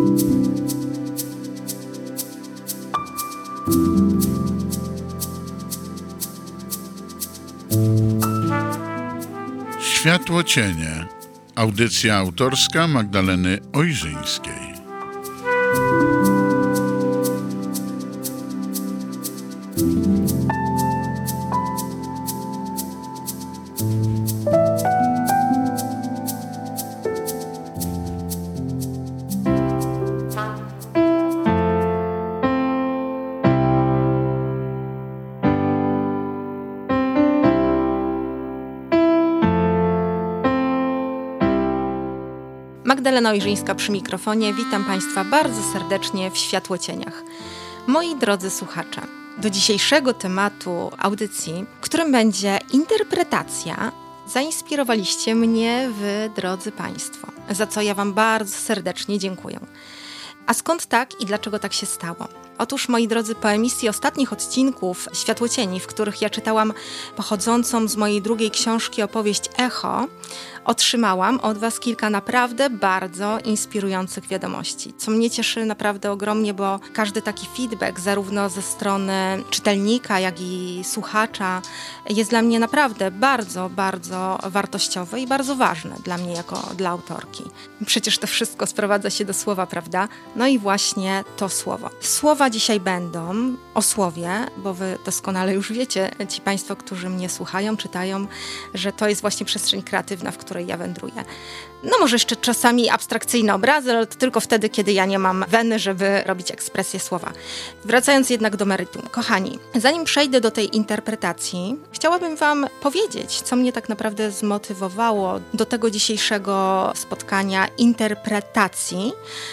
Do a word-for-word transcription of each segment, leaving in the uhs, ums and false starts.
Światło cienie. Audycja autorska Magdaleny Ojrzyńskiej. Magdalena Ojrzyńska przy mikrofonie. Witam Państwa bardzo serdecznie w Światłocieniach. Moi drodzy słuchacze, do dzisiejszego tematu audycji, którym będzie interpretacja, zainspirowaliście mnie wy, drodzy Państwo, za co ja Wam bardzo serdecznie dziękuję. A skąd tak i dlaczego tak się stało? Otóż, moi drodzy, po emisji ostatnich odcinków Światłocieni, w których ja czytałam pochodzącą z mojej drugiej książki opowieść Echo, otrzymałam od Was kilka naprawdę bardzo inspirujących wiadomości, co mnie cieszy naprawdę ogromnie, bo każdy taki feedback zarówno ze strony czytelnika, jak i słuchacza jest dla mnie naprawdę bardzo, bardzo wartościowy i bardzo ważny dla mnie jako dla autorki. Przecież to wszystko sprowadza się do słowa, prawda? No i właśnie to słowo. Słowa dzisiaj będą o słowie, bo Wy doskonale już wiecie, ci Państwo, którzy mnie słuchają, czytają, że to jest właśnie przestrzeń kreatywna, w której ja wędruję. No może jeszcze czasami abstrakcyjne obrazy, ale to tylko wtedy, kiedy ja nie mam weny, żeby robić ekspresję słowa. Wracając jednak do meritum. Kochani, zanim przejdę do tej interpretacji, chciałabym Wam powiedzieć, co mnie tak naprawdę zmotywowało do tego dzisiejszego spotkania interpretacji.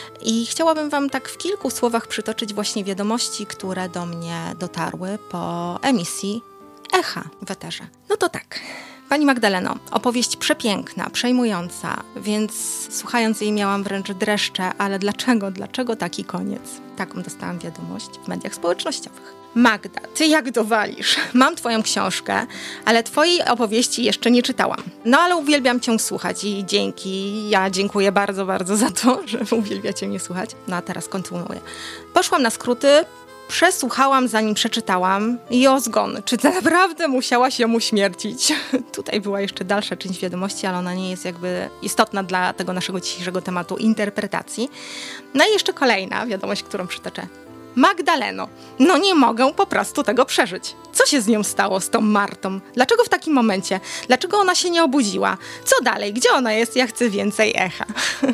I chciałabym Wam tak w kilku słowach przytoczyć właśnie wiadomości, które do mnie dotarły po emisji Echa w eterze. No to tak. Pani Magdaleno, opowieść przepiękna, przejmująca, więc słuchając jej miałam wręcz dreszcze, ale dlaczego, dlaczego taki koniec? Taką dostałam wiadomość w mediach społecznościowych. Magda, ty jak dowalisz? Mam twoją książkę, ale twojej opowieści jeszcze nie czytałam. No ale uwielbiam cię słuchać i dzięki, ja dziękuję bardzo, bardzo za to, że uwielbiacie mnie słuchać. No a teraz kontynuuję. Poszłam na skróty, przesłuchałam zanim przeczytałam i o zgon, czy naprawdę musiała się mu śmiercić? Tutaj była jeszcze dalsza część wiadomości, ale ona nie jest jakby istotna dla tego naszego dzisiejszego tematu interpretacji. No i jeszcze kolejna wiadomość, którą przytoczę. Magdaleno, no nie mogę po prostu tego przeżyć. Co się z nią stało, z tą Martą? Dlaczego w takim momencie? Dlaczego ona się nie obudziła? Co dalej? Gdzie ona jest? Ja chcę więcej echa.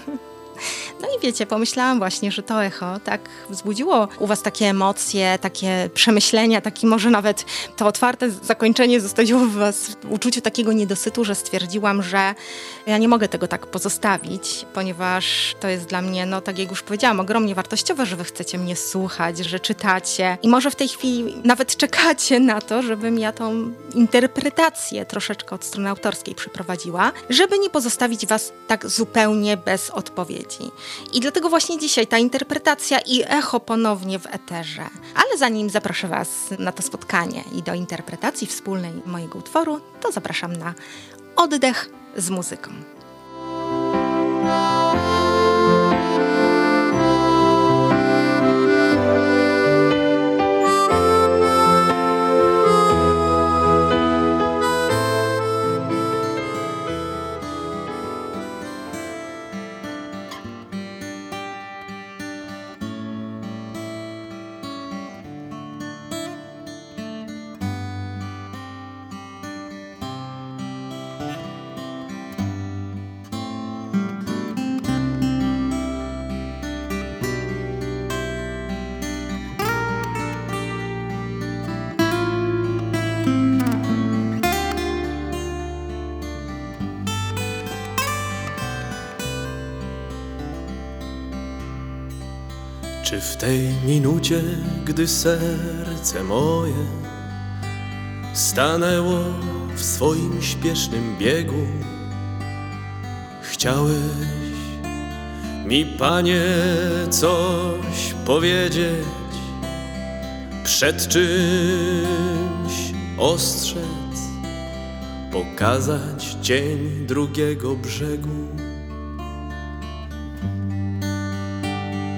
No i wiecie, pomyślałam właśnie, że to echo tak wzbudziło u was takie emocje, takie przemyślenia, taki może nawet to otwarte zakończenie zostawiło w was w uczuciu takiego niedosytu, że stwierdziłam, że ja nie mogę tego tak pozostawić, ponieważ to jest dla mnie, no tak jak już powiedziałam, ogromnie wartościowe, że wy chcecie mnie słuchać, że czytacie i może w tej chwili nawet czekacie na to, żebym ja tą interpretację troszeczkę od strony autorskiej przeprowadziła, żeby nie pozostawić was tak zupełnie bez odpowiedzi. I dlatego właśnie dzisiaj ta interpretacja i echo ponownie w eterze. Ale zanim zaproszę was na to spotkanie i do interpretacji wspólnej mojego utworu, to zapraszam na oddech z muzyką. Czy w tej minucie, gdy serce moje stanęło w swoim śpiesznym biegu, chciałeś mi, Panie, coś powiedzieć, przed czymś ostrzec, pokazać cień drugiego brzegu?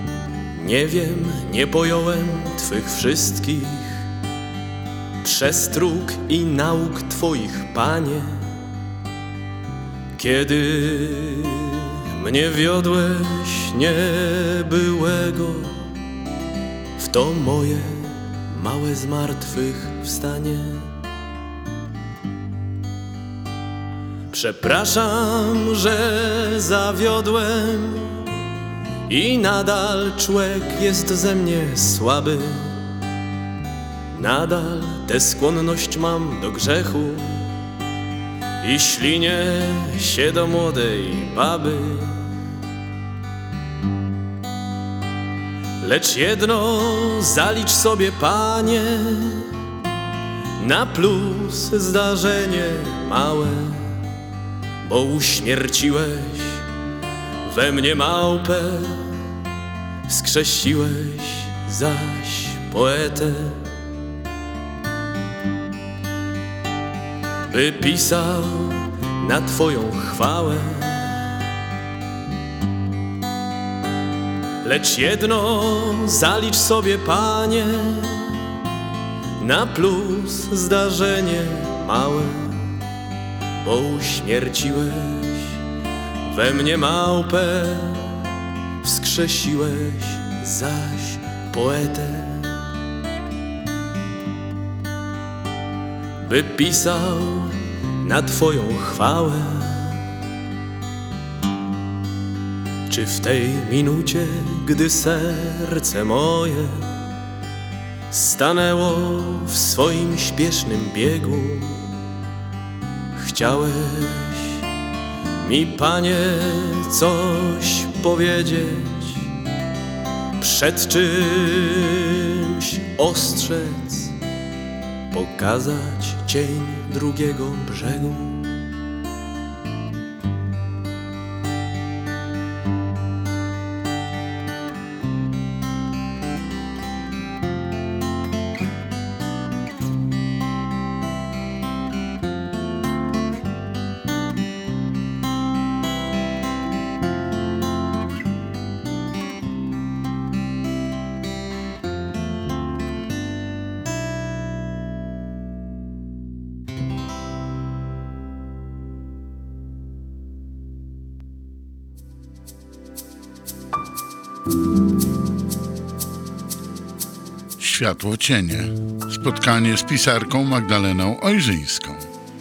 Nie wiem, nie pojąłem Twych wszystkich przestróg i nauk Twoich, Panie. Kiedy mnie wiodłeś niebyłego w to moje małe zmartwychwstanie. Przepraszam, że zawiodłem i nadal człek jest ze mnie słaby. Nadal tę skłonność mam do grzechu i ślinię się do młodej baby. Lecz jedno zalicz sobie, Panie, na plus zdarzenie małe, bo uśmierciłeś we mnie małpę, wskrzesiłeś zaś poetę, by pisał na Twoją chwałę. Lecz jedno zalicz sobie, Panie, na plus zdarzenie małe, bo uśmierciłeś we mnie małpę, wskrzesiłeś zaś poetę, by pisał na Twoją chwałę. Czy w tej minucie, gdy serce moje stanęło w swoim śpiesznym biegu, chciałeś mi, Panie, coś powiedzieć, przed czymś ostrzec, pokazać cień drugiego brzegu? Światło cienie. Spotkanie z pisarką Magdaleną Ojrzyńską.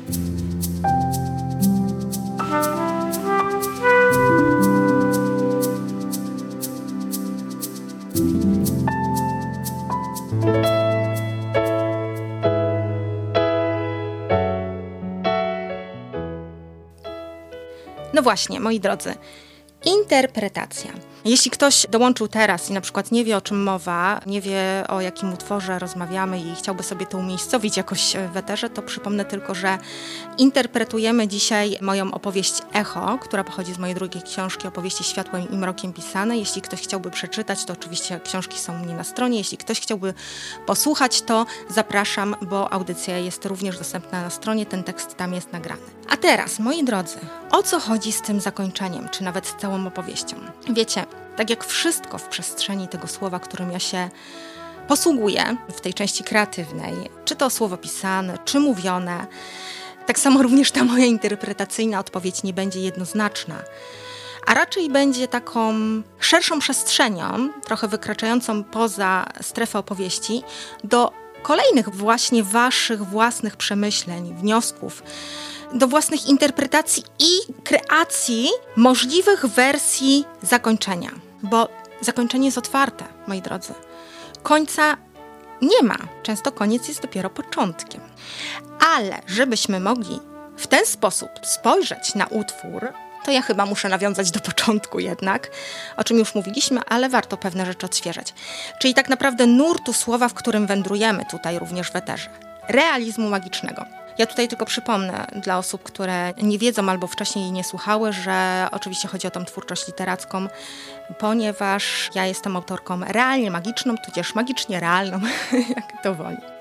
No właśnie, moi drodzy, interpretacja. Jeśli ktoś dołączył teraz i na przykład nie wie, o czym mowa, nie wie, o jakim utworze rozmawiamy i chciałby sobie to umiejscowić jakoś w eterze, to przypomnę tylko, że interpretujemy dzisiaj moją opowieść Echo, która pochodzi z mojej drugiej książki, opowieści Światłem i mrokiem pisane. Jeśli ktoś chciałby przeczytać, to oczywiście książki są u mnie na stronie. Jeśli ktoś chciałby posłuchać, to zapraszam, bo audycja jest również dostępna na stronie, ten tekst tam jest nagrany. A teraz, moi drodzy, o co chodzi z tym zakończeniem, czy nawet z całą opowieścią? Wiecie, tak jak wszystko w przestrzeni tego słowa, którym ja się posługuję w tej części kreatywnej, czy to słowo pisane, czy mówione, tak samo również ta moja interpretacyjna odpowiedź nie będzie jednoznaczna, a raczej będzie taką szerszą przestrzenią, trochę wykraczającą poza strefę opowieści, do kolejnych właśnie waszych własnych przemyśleń, wniosków, do własnych interpretacji i kreacji możliwych wersji zakończenia. Bo zakończenie jest otwarte, moi drodzy. Końca nie ma. Często koniec jest dopiero początkiem. Ale żebyśmy mogli w ten sposób spojrzeć na utwór, to ja chyba muszę nawiązać do początku jednak, o czym już mówiliśmy, ale warto pewne rzeczy odświeżać. Czyli tak naprawdę nurtu słowa, w którym wędrujemy tutaj również w eterze. Realizmu magicznego. Ja tutaj tylko przypomnę dla osób, które nie wiedzą albo wcześniej jej nie słuchały, że oczywiście chodzi o tą twórczość literacką, ponieważ ja jestem autorką realnie magiczną, tudzież magicznie realną, jak to woli. To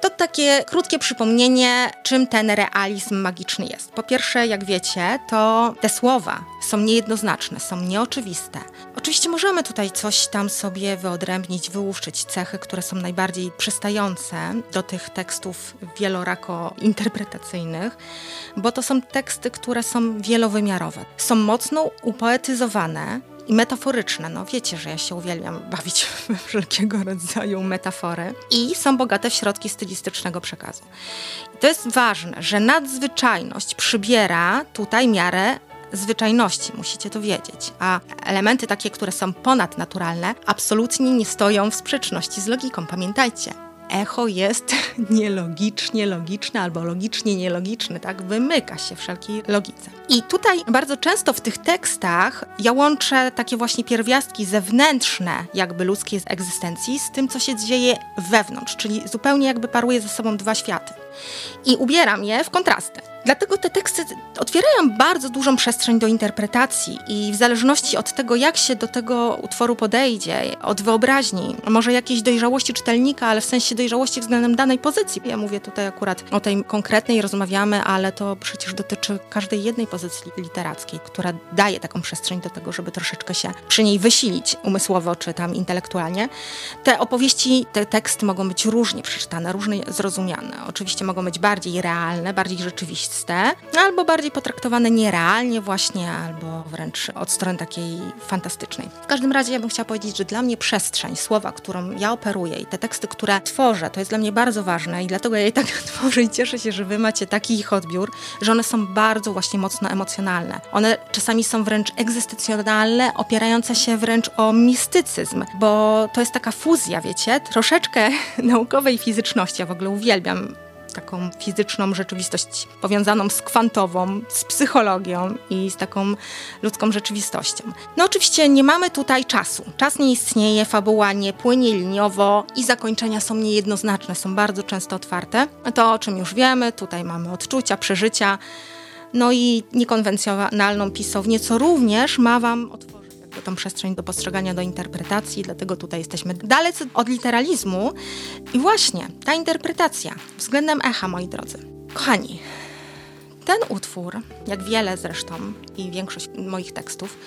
To takie krótkie przypomnienie, czym ten realizm magiczny jest. Po pierwsze, jak wiecie, to te słowa są niejednoznaczne, są nieoczywiste. Oczywiście możemy tutaj coś tam sobie wyodrębnić, wyłuszczyć cechy, które są najbardziej przystające do tych tekstów wielorako interpretacyjnych, bo to są teksty, które są wielowymiarowe. Są mocno upoetyzowane i metaforyczne. No wiecie, że ja się uwielbiam bawić we wszelkiego rodzaju metafory. I są bogate w środki stylistycznego przekazu. I to jest ważne, że nadzwyczajność przybiera tutaj miarę zwyczajności, musicie to wiedzieć. A elementy takie, które są ponadnaturalne, absolutnie nie stoją w sprzeczności z logiką. Pamiętajcie, echo jest nielogicznie logiczne albo logicznie nielogiczny, tak? Wymyka się wszelkiej logice. I tutaj bardzo często w tych tekstach ja łączę takie właśnie pierwiastki zewnętrzne jakby ludzkiej egzystencji z tym, co się dzieje wewnątrz, czyli zupełnie jakby paruje ze sobą dwa światy. I ubieram je w kontrasty. Dlatego te teksty otwierają bardzo dużą przestrzeń do interpretacji i w zależności od tego, jak się do tego utworu podejdzie, od wyobraźni, może jakiejś dojrzałości czytelnika, ale w sensie dojrzałości względem danej pozycji. Ja mówię tutaj akurat o tej konkretnej, rozmawiamy, ale to przecież dotyczy każdej jednej pozycji literackiej, która daje taką przestrzeń do tego, żeby troszeczkę się przy niej wysilić umysłowo czy tam intelektualnie. Te opowieści, te teksty mogą być różnie przeczytane, różnie zrozumiane. Oczywiście mogą być bardziej realne, bardziej rzeczywiste, albo bardziej potraktowane nierealnie właśnie, albo wręcz od strony takiej fantastycznej. W każdym razie ja bym chciała powiedzieć, że dla mnie przestrzeń, słowa, którą ja operuję i te teksty, które tworzę, to jest dla mnie bardzo ważne i dlatego ja je tak tworzę i cieszę się, że wy macie taki ich odbiór, że one są bardzo właśnie mocno emocjonalne. One czasami są wręcz egzystencjonalne, opierające się wręcz o mistycyzm, bo to jest taka fuzja, wiecie, troszeczkę naukowej fizyczności. Ja w ogóle uwielbiam taką fizyczną rzeczywistość powiązaną z kwantową, z psychologią i z taką ludzką rzeczywistością. No oczywiście nie mamy tutaj czasu. Czas nie istnieje, fabuła nie płynie liniowo i zakończenia są niejednoznaczne, są bardzo często otwarte. To, o czym już wiemy, tutaj mamy odczucia, przeżycia, no i niekonwencjonalną pisownię, co również ma wam otworzyć tą przestrzeń do postrzegania, do interpretacji, dlatego tutaj jesteśmy dalece od literalizmu. I właśnie ta interpretacja względem echa, moi drodzy. Kochani, ten utwór, jak wiele zresztą i większość moich tekstów,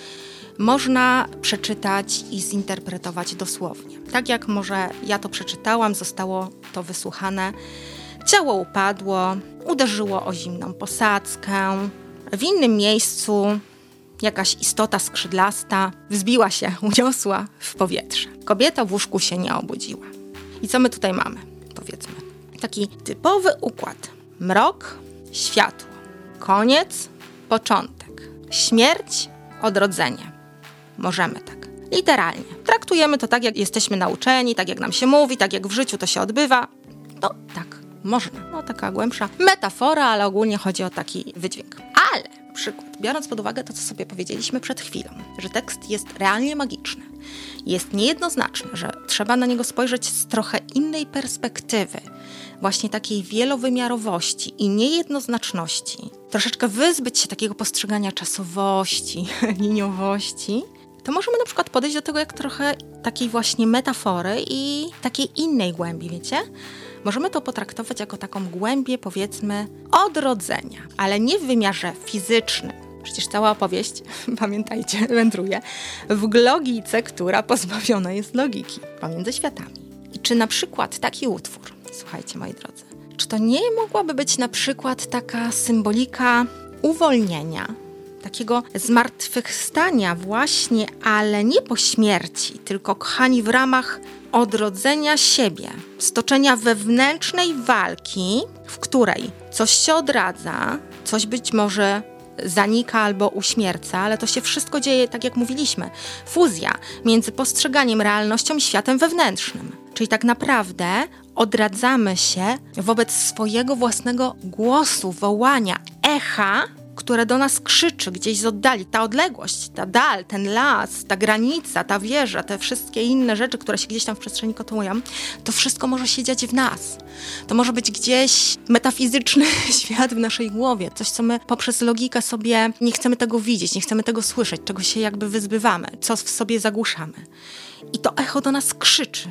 można przeczytać i zinterpretować dosłownie. Tak jak może ja to przeczytałam, zostało to wysłuchane, ciało upadło, uderzyło o zimną posadzkę, w innym miejscu jakaś istota skrzydlasta wzbiła się, uniosła w powietrze. Kobieta w łóżku się nie obudziła. I co my tutaj mamy? Powiedzmy. Taki typowy układ. Mrok, światło. Koniec, początek. Śmierć, odrodzenie. Możemy tak. Literalnie. Traktujemy to tak, jak jesteśmy nauczeni, tak jak nam się mówi, tak jak w życiu to się odbywa. No tak, można. No taka głębsza metafora, ale ogólnie chodzi o taki wydźwięk. Ale przykład, biorąc pod uwagę to, co sobie powiedzieliśmy przed chwilą, że tekst jest realnie magiczny, jest niejednoznaczny, że trzeba na niego spojrzeć z trochę innej perspektywy, właśnie takiej wielowymiarowości i niejednoznaczności, troszeczkę wyzbyć się takiego postrzegania czasowości, liniowości, to możemy na przykład podejść do tego jak trochę takiej właśnie metafory i takiej innej głębi, wiecie? Możemy to potraktować jako taką głębię, powiedzmy, odrodzenia, ale nie w wymiarze fizycznym. Przecież cała opowieść, pamiętajcie, wędruje w logice, która pozbawiona jest logiki pomiędzy światami. I czy na przykład taki utwór, słuchajcie moi drodzy, czy to nie mogłaby być na przykład taka symbolika uwolnienia, takiego zmartwychwstania właśnie, ale nie po śmierci, tylko kochani w ramach odrodzenia siebie, stoczenia wewnętrznej walki, w której coś się odradza, coś być może zanika albo uśmierca, ale to się wszystko dzieje, tak jak mówiliśmy, fuzja między postrzeganiem realnością i światem wewnętrznym. Czyli tak naprawdę odradzamy się wobec swojego własnego głosu, wołania, echa, które do nas krzyczy gdzieś z oddali. Ta odległość, ta dal, ten las, ta granica, ta wieża, te wszystkie inne rzeczy, które się gdzieś tam w przestrzeni kotłują, to wszystko może się dziać w nas. To może być gdzieś metafizyczny świat w naszej głowie. Coś, co my poprzez logikę sobie nie chcemy tego widzieć, nie chcemy tego słyszeć, czego się jakby wyzbywamy, co w sobie zagłuszamy. I to echo do nas krzyczy.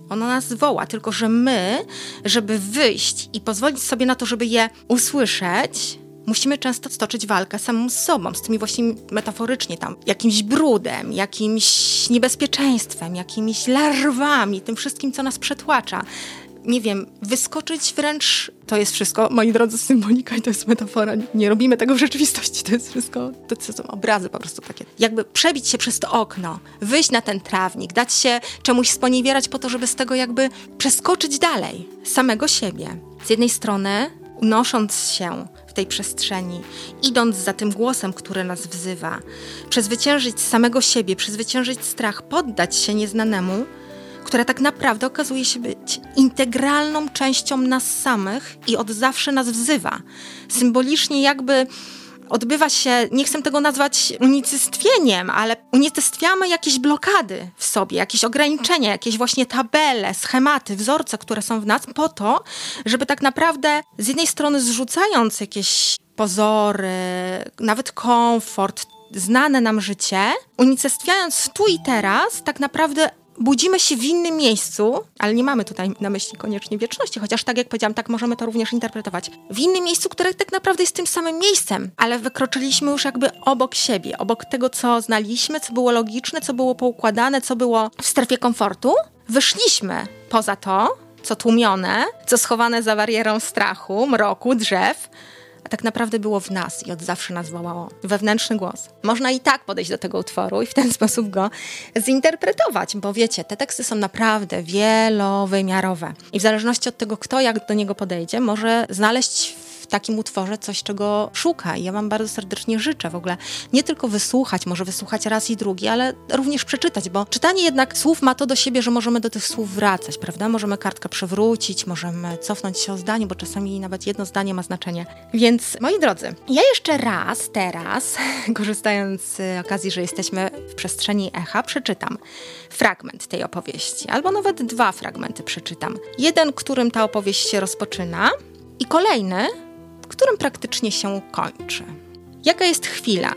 Ono nas woła, tylko że my, żeby wyjść i pozwolić sobie na to, żeby je usłyszeć, musimy często stoczyć walkę samą z sobą, z tymi właśnie metaforycznie tam jakimś brudem, jakimś niebezpieczeństwem, jakimiś larwami, tym wszystkim, co nas przetłacza. Nie wiem, wyskoczyć wręcz, to jest wszystko, moi drodzy, symbolika i to jest metafora. Nie robimy tego w rzeczywistości, to jest wszystko, to są obrazy po prostu takie. Jakby przebić się przez to okno, wyjść na ten trawnik, dać się czemuś sponiewierać po to, żeby z tego jakby przeskoczyć dalej, samego siebie. Z jednej strony unosząc się w tej przestrzeni, idąc za tym głosem, który nas wzywa, przezwyciężyć samego siebie, przezwyciężyć strach, poddać się nieznanemu, która tak naprawdę okazuje się być integralną częścią nas samych i od zawsze nas wzywa. Symbolicznie jakby odbywa się, nie chcę tego nazwać unicestwieniem, ale unicestwiamy jakieś blokady w sobie, jakieś ograniczenia, jakieś właśnie tabele, schematy, wzorce, które są w nas po to, żeby tak naprawdę z jednej strony zrzucając jakieś pozory, nawet komfort, znane nam życie, unicestwiając tu i teraz, tak naprawdę budzimy się w innym miejscu, ale nie mamy tutaj na myśli koniecznie wieczności, chociaż tak jak powiedziałam, tak możemy to również interpretować. W innym miejscu, które tak naprawdę jest tym samym miejscem, ale wykroczyliśmy już jakby obok siebie, obok tego, co znaliśmy, co było logiczne, co było poukładane, co było w strefie komfortu. Wyszliśmy poza to, co tłumione, co schowane za barierą strachu, mroku, drzew, a tak naprawdę było w nas i od zawsze nas wołało. Wewnętrzny głos. Można i tak podejść do tego utworu i w ten sposób go zinterpretować, bo wiecie, te teksty są naprawdę wielowymiarowe. I w zależności od tego, kto jak do niego podejdzie, może znaleźć w takim utworze coś, czego szuka. I ja wam bardzo serdecznie życzę w ogóle nie tylko wysłuchać, może wysłuchać raz i drugi, ale również przeczytać, bo czytanie jednak słów ma to do siebie, że możemy do tych słów wracać, prawda? Możemy kartkę przewrócić, możemy cofnąć się o zdanie, bo czasami nawet jedno zdanie ma znaczenie. Więc, moi drodzy, ja jeszcze raz, teraz, korzystając z okazji, że jesteśmy w przestrzeni echa, przeczytam fragment tej opowieści, albo nawet dwa fragmenty przeczytam. Jeden, którym ta opowieść się rozpoczyna i kolejny, którym praktycznie się kończy. Jaka jest chwila?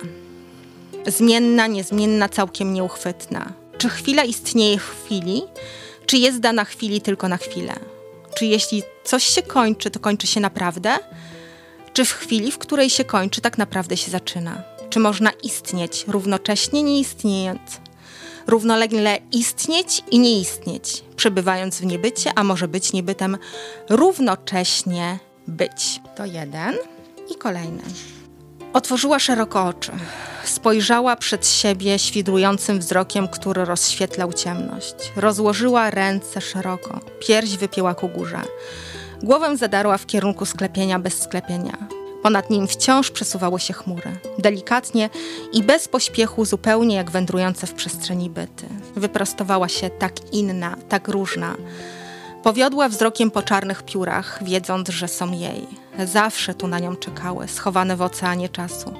Zmienna, niezmienna, całkiem nieuchwytna. Czy chwila istnieje w chwili? Czy jest dana chwili tylko na chwilę? Czy jeśli coś się kończy, to kończy się naprawdę? Czy w chwili, w której się kończy, tak naprawdę się zaczyna? Czy można istnieć równocześnie nie istniejąc? Równolegle istnieć i nie istnieć, przebywając w niebycie, a może być niebytem, równocześnie być. To jeden. I kolejny. Otworzyła szeroko oczy. Spojrzała przed siebie świdrującym wzrokiem, który rozświetlał ciemność. Rozłożyła ręce szeroko. Pierś wypięła ku górze. Głowę zadarła w kierunku sklepienia bez sklepienia. Ponad nim wciąż przesuwały się chmury. Delikatnie i bez pośpiechu, zupełnie jak wędrujące w przestrzeni byty. Wyprostowała się tak inna, tak różna. Powiodła wzrokiem po czarnych piórach, wiedząc, że są jej. Zawsze tu na nią czekały, schowane w oceanie czasu.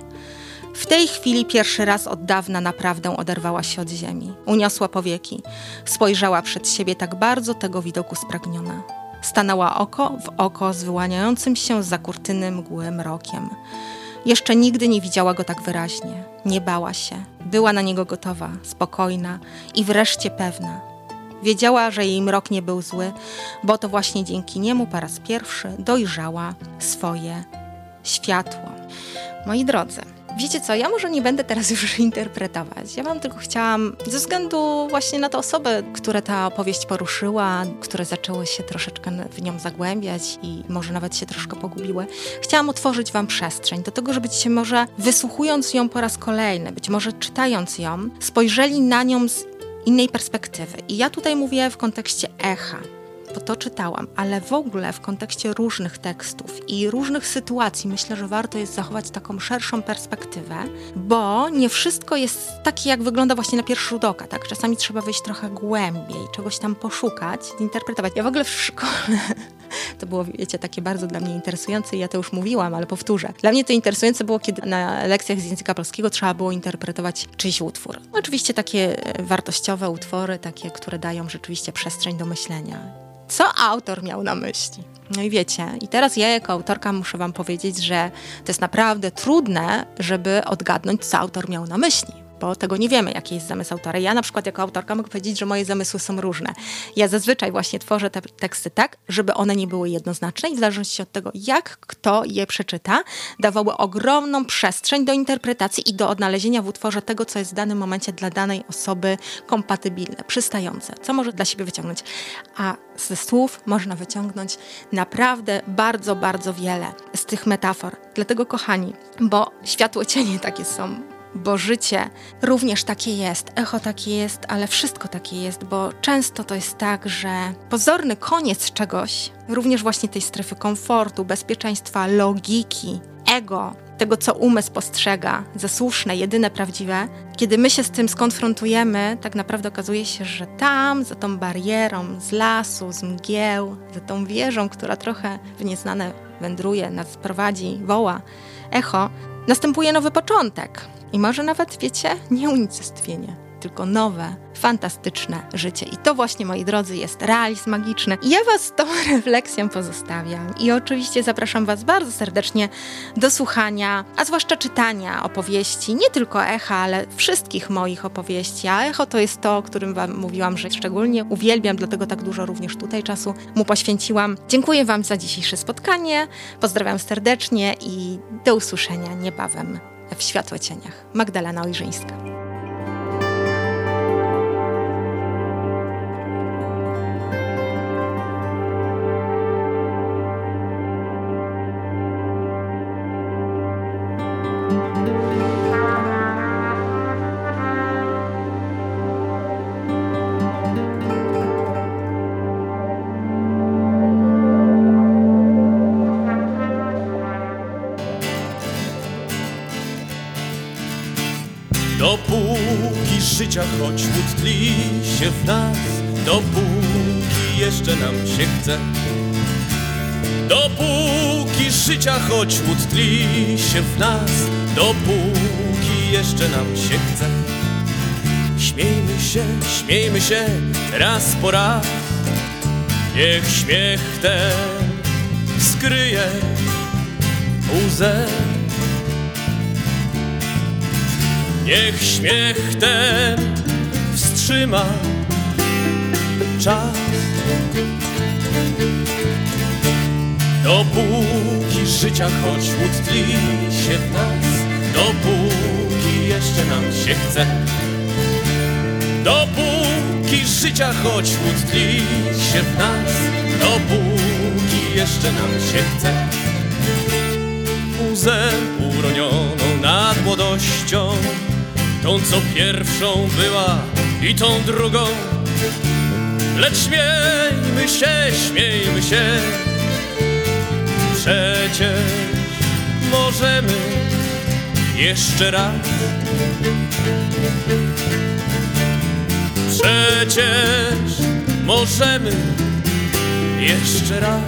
W tej chwili pierwszy raz od dawna naprawdę oderwała się od ziemi. Uniosła powieki. Spojrzała przed siebie tak bardzo tego widoku spragniona. Stanęła oko w oko z wyłaniającym się zza kurtyny mgły mrokiem. Jeszcze nigdy nie widziała go tak wyraźnie. Nie bała się. Była na niego gotowa, spokojna i wreszcie pewna. Wiedziała, że jej mrok nie był zły, bo to właśnie dzięki niemu po raz pierwszy dojrzała swoje światło. Moi drodzy, wiecie co, ja może nie będę teraz już interpretować. Ja wam tylko chciałam, ze względu właśnie na te osoby, które ta opowieść poruszyła, które zaczęły się troszeczkę w nią zagłębiać i może nawet się troszkę pogubiły, chciałam otworzyć wam przestrzeń do tego, żebyście może wysłuchując ją po raz kolejny, być może czytając ją, spojrzeli na nią z innej perspektywy. I ja tutaj mówię w kontekście echa, bo to czytałam, ale w ogóle w kontekście różnych tekstów i różnych sytuacji myślę, że warto jest zachować taką szerszą perspektywę, bo nie wszystko jest takie, jak wygląda właśnie na pierwszy rzut oka, tak? Czasami trzeba wyjść trochę głębiej, czegoś tam poszukać, zinterpretować. Ja w ogóle w szkole to było, wiecie, takie bardzo dla mnie interesujące i ja to już mówiłam, ale powtórzę. Dla mnie to interesujące było, kiedy na lekcjach z języka polskiego trzeba było interpretować czyjś utwór. Oczywiście takie wartościowe utwory, takie, które dają rzeczywiście przestrzeń do myślenia. Co autor miał na myśli? No i wiecie, i teraz ja jako autorka muszę wam powiedzieć, że to jest naprawdę trudne, żeby odgadnąć, co autor miał na myśli. bo tego nie wiemy, jaki jest zamysł autora. Ja na przykład jako autorka mogę powiedzieć, że moje zamysły są różne. Ja zazwyczaj właśnie tworzę te teksty tak, żeby one nie były jednoznaczne i w zależności od tego, jak kto je przeczyta, dawały ogromną przestrzeń do interpretacji i do odnalezienia w utworze tego, co jest w danym momencie dla danej osoby kompatybilne, przystające, co może dla siebie wyciągnąć. A ze słów można wyciągnąć naprawdę bardzo, bardzo wiele z tych metafor. Dlatego, kochani, bo światło-cienie takie są, bo życie również takie jest, echo takie jest, ale wszystko takie jest, bo często to jest tak, że pozorny koniec czegoś, również właśnie tej strefy komfortu, bezpieczeństwa, logiki, ego, tego, co umysł postrzega za słuszne, jedyne prawdziwe, kiedy my się z tym skonfrontujemy, tak naprawdę okazuje się, że tam, za tą barierą, z lasu, z mgieł, za tą wieżą, która trochę w nieznane wędruje, nas prowadzi, woła, echo, następuje nowy początek. I może nawet, wiecie, nie unicestwienie, tylko nowe, fantastyczne życie. I to właśnie, moi drodzy, jest realizm magiczny. I ja was z tą refleksją pozostawiam. I oczywiście zapraszam was bardzo serdecznie do słuchania, a zwłaszcza czytania opowieści, nie tylko Echa, ale wszystkich moich opowieści. A Echo to jest to, o którym wam mówiłam, że szczególnie uwielbiam, dlatego tak dużo również tutaj czasu mu poświęciłam. Dziękuję wam za dzisiejsze spotkanie. Pozdrawiam serdecznie i do usłyszenia niebawem w Światłocieniach. Magdalena Ojrzyńska. Dopóki życia choć łód tli się w nas, dopóki jeszcze nam się chce. Dopóki życia choć łód tli się w nas, dopóki jeszcze nam się chce. Śmiejmy się, śmiejmy się raz po raz, niech śmiech ten skryje łzę. Niech śmiech ten wstrzyma czas. Dopóki życia choć łód tli się w nas, dopóki jeszcze nam się chce. Dopóki życia choć łód tli się w nas, dopóki jeszcze nam się chce. Łzę uronioną nad młodością, tą co pierwszą była i tą drugą. Lecz śmiejmy się, śmiejmy się, przecież możemy jeszcze raz. Przecież możemy jeszcze raz.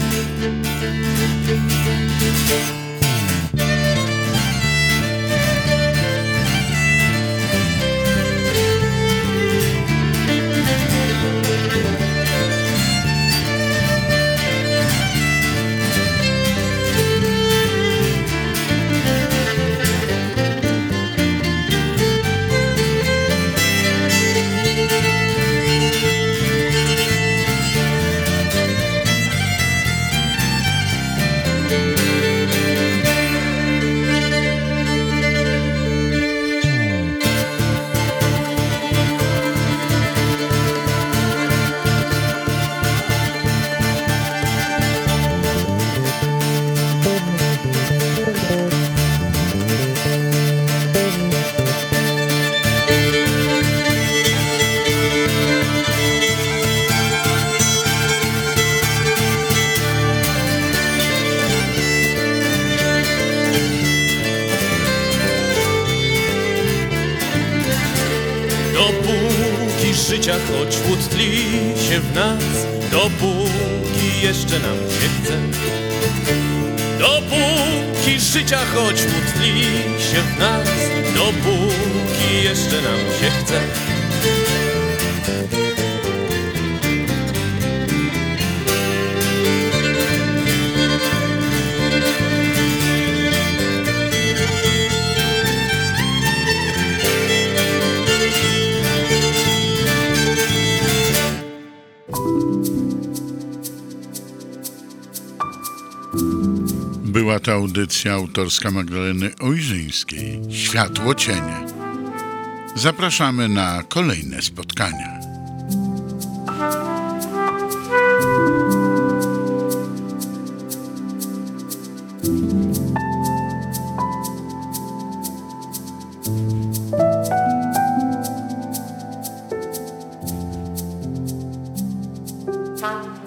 Dopóki życia choć łód tli się w nas, dopóki jeszcze nam się chce. Dopóki życia choć łód tli się w nas, dopóki jeszcze nam się chce. Była to audycja autorska Magdaleny Ojrzyńskiej. Światło cienie. Zapraszamy na kolejne spotkania. Pa.